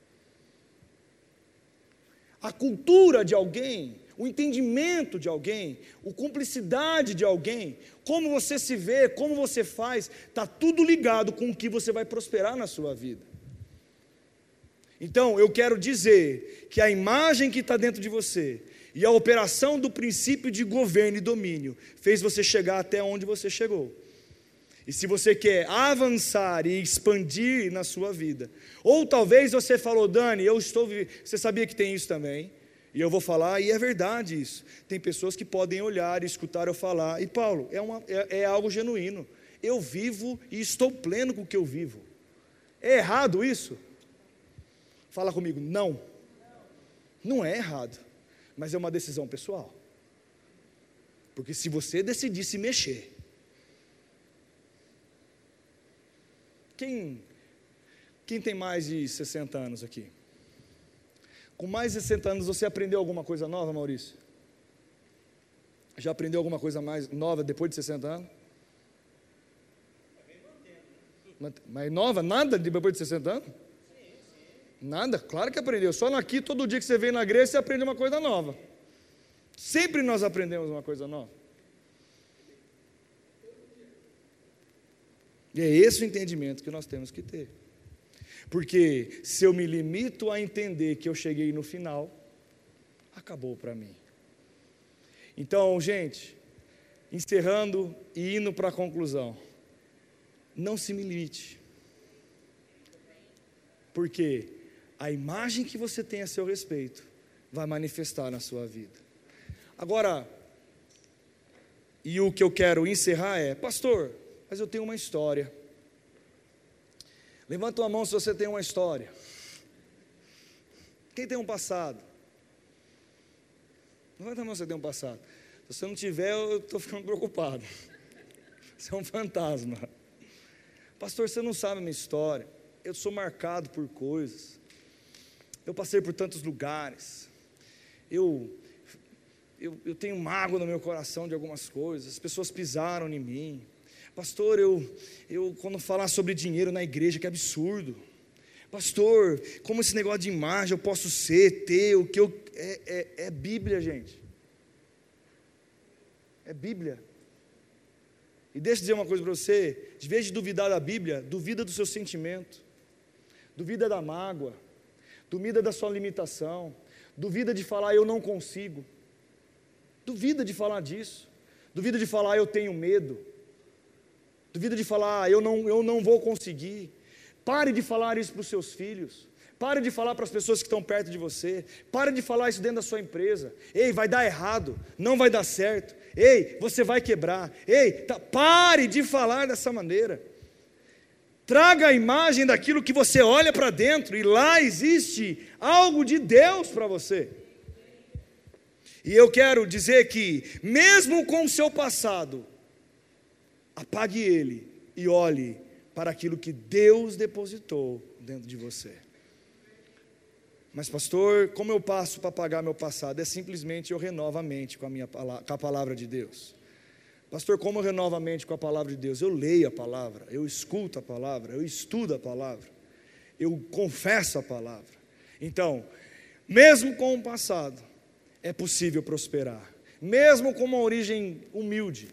A cultura de alguém, o entendimento de alguém, a cumplicidade de alguém, como você se vê, como você faz, está tudo ligado com o que você vai prosperar na sua vida. Então, eu quero dizer que a imagem que está dentro de você e a operação do princípio de governo e domínio fez você chegar até onde você chegou. E se você quer avançar e expandir na sua vida, ou talvez você falou: Dani, você sabia que tem isso também? E eu vou falar, e é verdade isso. Tem pessoas que podem olhar e escutar eu falar: e Paulo, é algo genuíno. Eu vivo e estou pleno com o que eu vivo. É errado isso? Fala comigo: não. Não é errado, mas é uma decisão pessoal. Porque se você decidir se mexer, quem tem mais de 60 anos aqui? Com mais de 60 anos você aprendeu alguma coisa nova, Maurício? Já aprendeu alguma coisa mais nova depois de 60 anos? Mas nova, nada depois de 60 anos? Nada, claro que aprendeu. Só aqui, todo dia que você vem na igreja, você aprende uma coisa nova. Sempre nós aprendemos uma coisa nova. E é esse o entendimento que nós temos que ter. Porque se eu me limito a entender que eu cheguei no final, acabou para mim. Então, gente, encerrando e indo para a conclusão, não se limite. Porque a imagem que você tem a seu respeito vai manifestar na sua vida. Agora, e o que eu quero encerrar é, pastor, mas eu tenho uma história. Levanta a mão se você tem uma história. Quem tem um passado? Levanta a mão se você tem um passado. Se você não tiver, eu estou ficando preocupado. Você é um fantasma. Pastor, você não sabe a minha história. Eu sou marcado por coisas. Eu passei por tantos lugares. Eu tenho mágoa no meu coração de algumas coisas. As pessoas pisaram em mim. Pastor, eu quando falar sobre dinheiro na igreja, que absurdo. Pastor, como esse negócio de imagem eu posso ser, ter, o que eu... É Bíblia, gente. É Bíblia. E deixa eu dizer uma coisa para você, de vez de duvidar da Bíblia, duvida do seu sentimento, duvida da mágoa, duvida da sua limitação, duvida de falar eu não consigo, duvida de falar disso, duvida de falar eu tenho medo, duvida de falar eu não vou conseguir. Pare de falar isso para os seus filhos, pare de falar para as pessoas que estão perto de você, pare de falar isso dentro da sua empresa. Ei, vai dar errado, não vai dar certo. Ei, você vai quebrar. Ei, pare de falar dessa maneira. Traga a imagem daquilo que você olha para dentro, e lá existe algo de Deus para você. E eu quero dizer que, mesmo com o seu passado, apague ele e olhe para aquilo que Deus depositou dentro de você. Mas pastor, como eu passo para apagar meu passado? É simplesmente eu renovo a mente com a palavra de Deus. Pastor, como eu renovo a mente com a palavra de Deus? Eu leio a palavra, eu escuto a palavra, eu estudo a palavra, eu confesso a palavra. Então, mesmo com o passado, é possível prosperar, mesmo com uma origem humilde.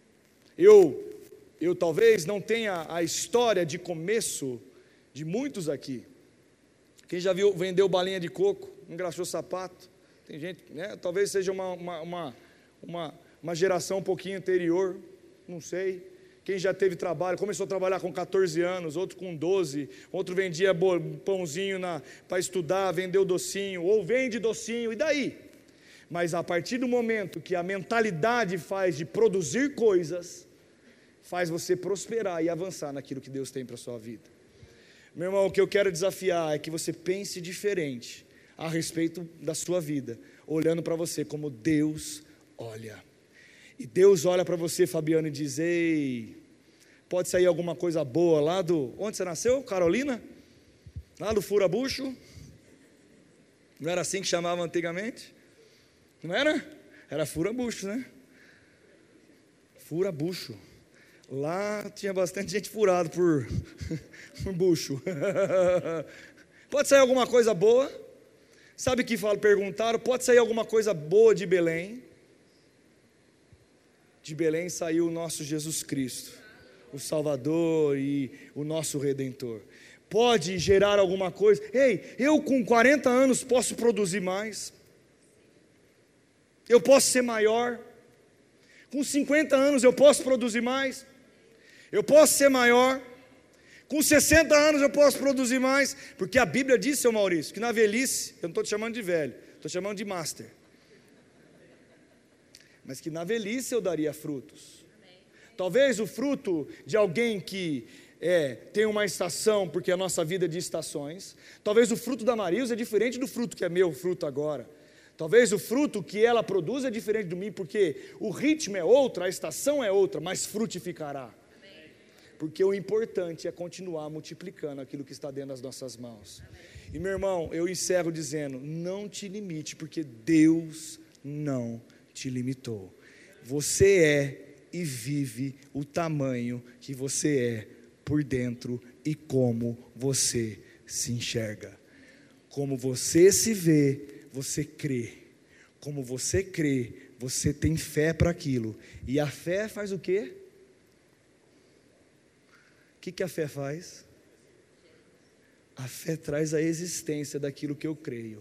Eu talvez não tenha a história de começo de muitos aqui. Quem já viu, vendeu balinha de coco, engraxou sapato, tem gente, né? Talvez seja uma geração um pouquinho anterior, não sei. Quem já teve trabalho, começou a trabalhar com 14 anos, outro com 12, outro vendia pãozinho para estudar, vendeu docinho, ou vende docinho, e daí? Mas a partir do momento que a mentalidade faz de produzir coisas, faz você prosperar e avançar naquilo que Deus tem para a sua vida. Meu irmão, o que eu quero desafiar é que você pense diferente a respeito da sua vida, olhando para você como Deus olha. E Deus olha para você, Fabiano, e diz: ei, pode sair alguma coisa boa lá do... Onde você nasceu? Carolina? Lá do Furabucho? Não era assim que chamavam antigamente? Não era? Era Furabucho, né? Furabucho. Lá tinha bastante gente furada por bucho. Pode sair alguma coisa boa? Sabe o que perguntaram? Pode sair alguma coisa boa de Belém? De Belém saiu o nosso Jesus Cristo, o Salvador e o nosso Redentor. Pode gerar alguma coisa? Ei, eu com 40 anos posso produzir mais? Eu posso ser maior? Com 50 anos eu posso produzir mais? Eu posso ser maior? Com 60 anos eu posso produzir mais? Porque a Bíblia diz, seu Maurício, que na velhice, eu não estou te chamando de velho, estou te chamando de master, mas que na velhice eu daria frutos. Talvez o fruto de alguém que tem uma estação, porque a nossa vida é de estações. Talvez o fruto da Marilza é diferente do fruto que é meu fruto agora. Talvez o fruto que ela produz é diferente do mim, porque o ritmo é outro, a estação é outra, mas frutificará. Porque o importante é continuar multiplicando aquilo que está dentro das nossas mãos. E meu irmão, eu encerro dizendo: não te limite, porque Deus não te limitou. Você é e vive o tamanho que você é por dentro e como você se enxerga. Como você se vê, você crê. Como você crê, você tem fé para aquilo. E a fé faz o quê? O que a fé faz? A fé traz a existência daquilo que eu creio.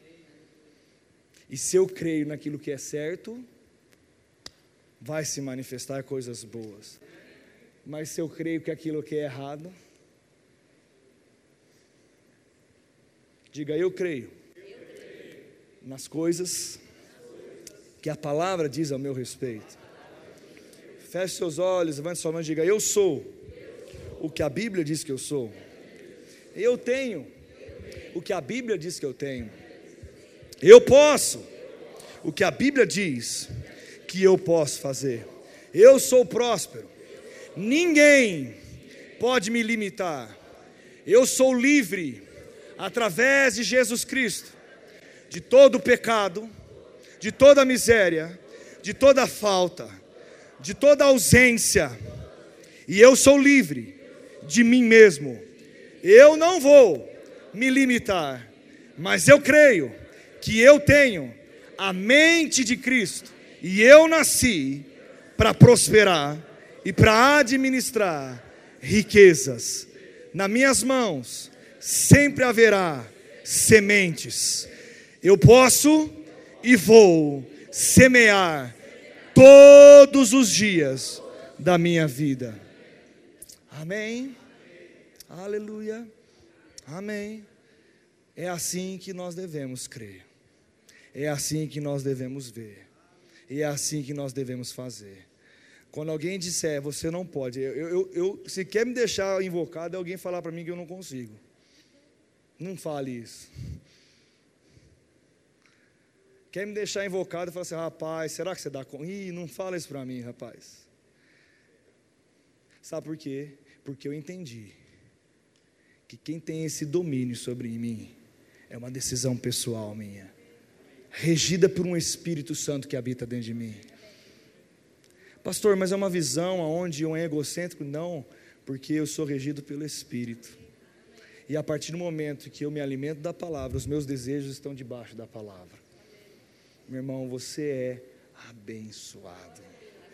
E se eu creio naquilo que é certo, vai se manifestar coisas boas. Mas se eu creio que aquilo que é errado, diga: eu creio nas coisas que a palavra diz ao meu respeito. Feche seus olhos, levante sua mão e diga: eu sou o que a Bíblia diz que eu sou. Eu tenho o que a Bíblia diz que eu tenho. Eu posso o que a Bíblia diz que eu posso fazer. Eu sou próspero. Ninguém pode me limitar. Eu sou livre através de Jesus Cristo de todo o pecado, de toda a miséria, de toda a falta, de toda a ausência. E eu sou livre de mim mesmo. Eu não vou me limitar, mas eu creio que eu tenho a mente de Cristo, e eu nasci para prosperar e para administrar riquezas. Nas minhas mãos sempre haverá sementes. Eu posso e vou semear todos os dias da minha vida. Amém. Aleluia. Amém. É assim que nós devemos crer. É assim que nós devemos ver. E é assim que nós devemos fazer. Quando alguém disser: você não pode, se quer me deixar invocado, é alguém falar para mim que eu não consigo. Não fale isso. Quer me deixar invocado e falar assim: rapaz, será que você dá conta? Ih, não fala isso para mim, rapaz. Sabe por quê? Porque eu entendi que quem tem esse domínio sobre mim é uma decisão pessoal minha, regida por um Espírito Santo que habita dentro de mim. Pastor, mas é uma visão onde um é egocêntrico? Não, porque eu sou regido pelo Espírito. E a partir do momento que eu me alimento da palavra, os meus desejos estão debaixo da palavra. Meu irmão, você é abençoado.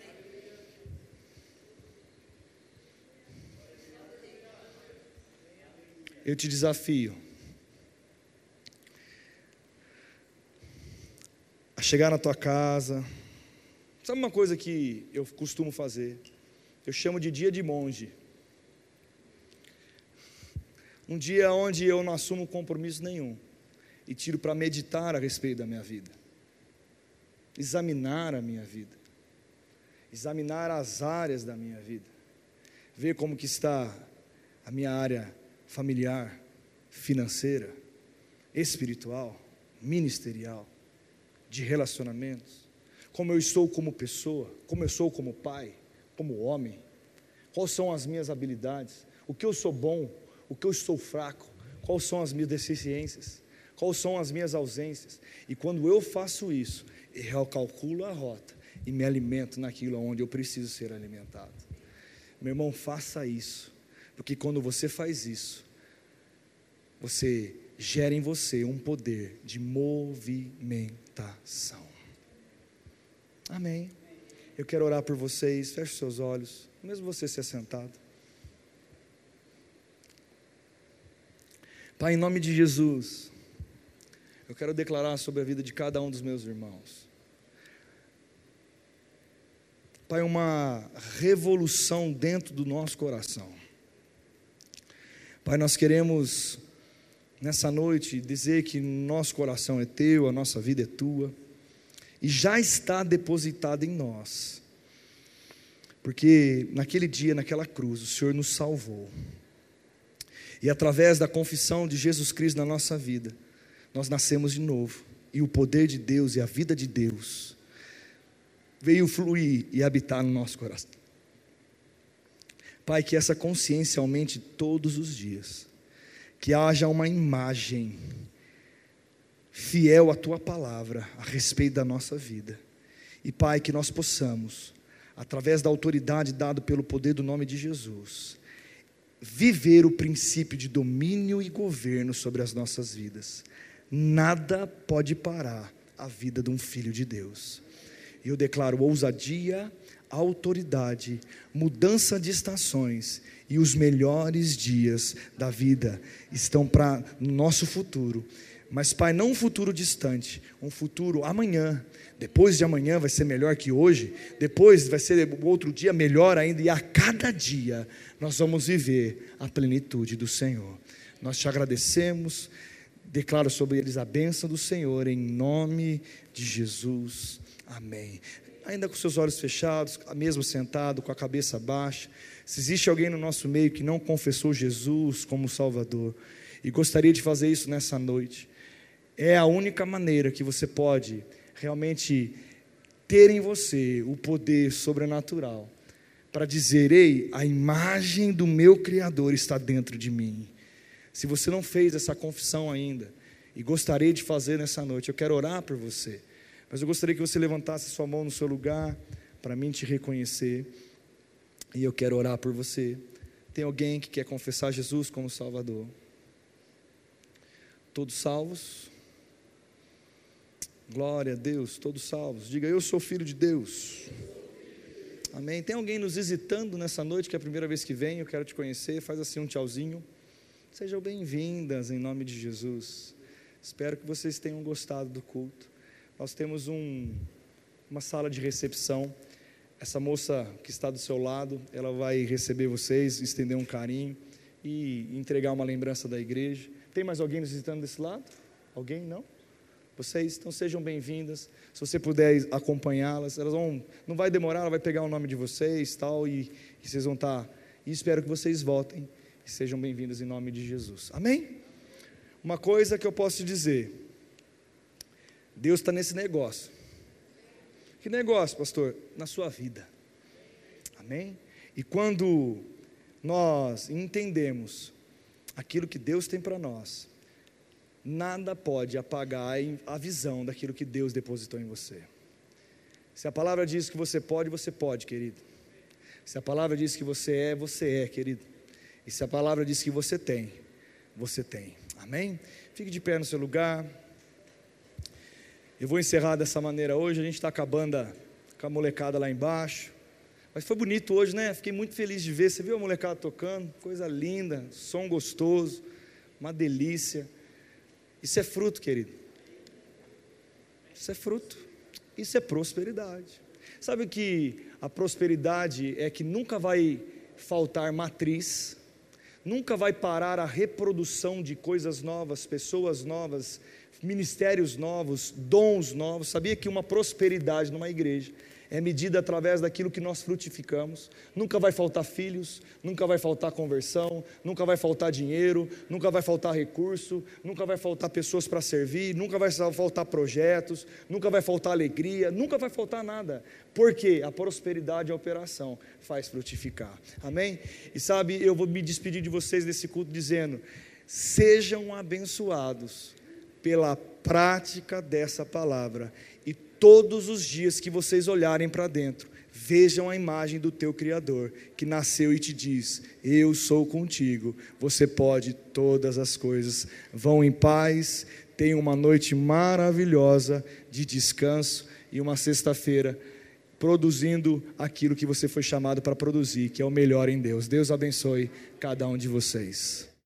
Eu te desafio a chegar na tua casa. Sabe uma coisa que eu costumo fazer? Eu chamo de dia de monge. Um dia onde eu não assumo compromisso nenhum e tiro para meditar a respeito da minha vida, examinar a minha vida, examinar as áreas da minha vida, ver como que está a minha área familiar, financeira, espiritual, ministerial, de relacionamentos, como eu estou como pessoa, como eu sou como pai, como homem, quais são as minhas habilidades, o que eu sou bom, o que eu estou fraco, quais são as minhas deficiências, quais são as minhas ausências. E quando eu faço isso, eu calculo a rota e me alimento naquilo onde eu preciso ser alimentado. Meu irmão, faça isso, porque quando você faz isso, você gera em você um poder de movimentação. Amém. Eu quero orar por vocês. Feche seus olhos, mesmo você se assentado. Pai, em nome de Jesus, eu quero declarar sobre a vida de cada um dos meus irmãos, Pai, uma revolução dentro do nosso coração. Pai, nós queremos nessa noite dizer que nosso coração é teu, a nossa vida é tua, e já está depositado em nós, porque naquele dia, naquela cruz, o Senhor nos salvou, e através da confissão de Jesus Cristo na nossa vida, nós nascemos de novo, e o poder de Deus e a vida de Deus veio fluir e habitar no nosso coração. Pai, que essa consciência aumente todos os dias, que haja uma imagem fiel à Tua palavra a respeito da nossa vida, e Pai, que nós possamos, através da autoridade dada pelo poder do nome de Jesus, viver o princípio de domínio e governo sobre as nossas vidas. Nada pode parar a vida de um filho de Deus. Eu declaro ousadia, autoridade, mudança de estações, e os melhores dias da vida estão para no nosso futuro. Mas, Pai, não um futuro distante, um futuro amanhã. Depois de amanhã vai ser melhor que hoje, depois vai ser outro dia melhor ainda, e a cada dia nós vamos viver a plenitude do Senhor. Nós te agradecemos, declaro sobre eles a bênção do Senhor, em nome de Jesus, amém. Ainda com seus olhos fechados, mesmo sentado, com a cabeça baixa, se existe alguém no nosso meio que não confessou Jesus como Salvador, e gostaria de fazer isso nessa noite, é a única maneira que você pode realmente ter em você o poder sobrenatural, para dizer: ei, a imagem do meu Criador está dentro de mim. Se você não fez essa confissão ainda, e gostaria de fazer nessa noite, eu quero orar por você, mas eu gostaria que você levantasse sua mão no seu lugar, para mim te reconhecer, e eu quero orar por você. Tem alguém que quer confessar Jesus como Salvador? Todos salvos? Glória a Deus, todos salvos. Diga: eu sou filho de Deus. Amém. Tem alguém nos visitando nessa noite, que é a primeira vez que vem? Eu quero te conhecer. Faz assim um tchauzinho. Sejam bem-vindas em nome de Jesus. Espero que vocês tenham gostado do culto. Nós temos uma sala de recepção. Essa moça que está do seu lado, ela vai receber vocês, estender um carinho e entregar uma lembrança da igreja. Tem mais alguém nos visitando desse lado? Alguém? Não? Vocês, então, sejam bem-vindas. Se você puder acompanhá-las, não vai demorar, ela vai pegar o nome de vocês, tal, e vocês vão estar, e espero que vocês voltem, e sejam bem-vindas em nome de Jesus, amém? Uma coisa que eu posso te dizer: Deus está nesse negócio. Que negócio, pastor? Na sua vida, amém? E quando nós entendemos aquilo que Deus tem para nós, nada pode apagar a visão daquilo que Deus depositou em você. Se a palavra diz que você pode, querido. Se a palavra diz que você é, querido. E se a palavra diz que você tem, amém? Fique de pé no seu lugar. Eu vou encerrar dessa maneira hoje. A gente está acabando com a molecada lá embaixo, mas foi bonito hoje, né? Fiquei muito feliz de ver. Você viu a molecada tocando? Coisa linda, som gostoso, uma delícia. Isso é fruto, querido. Isso é fruto. Isso é prosperidade. Sabe que a prosperidade é que nunca vai faltar matriz, nunca vai parar a reprodução de coisas novas, pessoas novas, ministérios novos, dons novos. Sabia que uma prosperidade numa igreja é medida através daquilo que nós frutificamos? Nunca vai faltar filhos, nunca vai faltar conversão, nunca vai faltar dinheiro, nunca vai faltar recurso, nunca vai faltar pessoas para servir, nunca vai faltar projetos, nunca vai faltar alegria, nunca vai faltar nada, porque a prosperidade, a operação, faz frutificar, amém? E sabe, eu vou me despedir de vocês desse culto dizendo: sejam abençoados pela prática dessa palavra, e todos os dias que vocês olharem para dentro, vejam a imagem do teu Criador, que nasceu e te diz: eu sou contigo, você pode todas as coisas. Vão em paz, tenham uma noite maravilhosa de descanso, e uma sexta-feira produzindo aquilo que você foi chamado para produzir, que é o melhor em Deus. Deus abençoe cada um de vocês.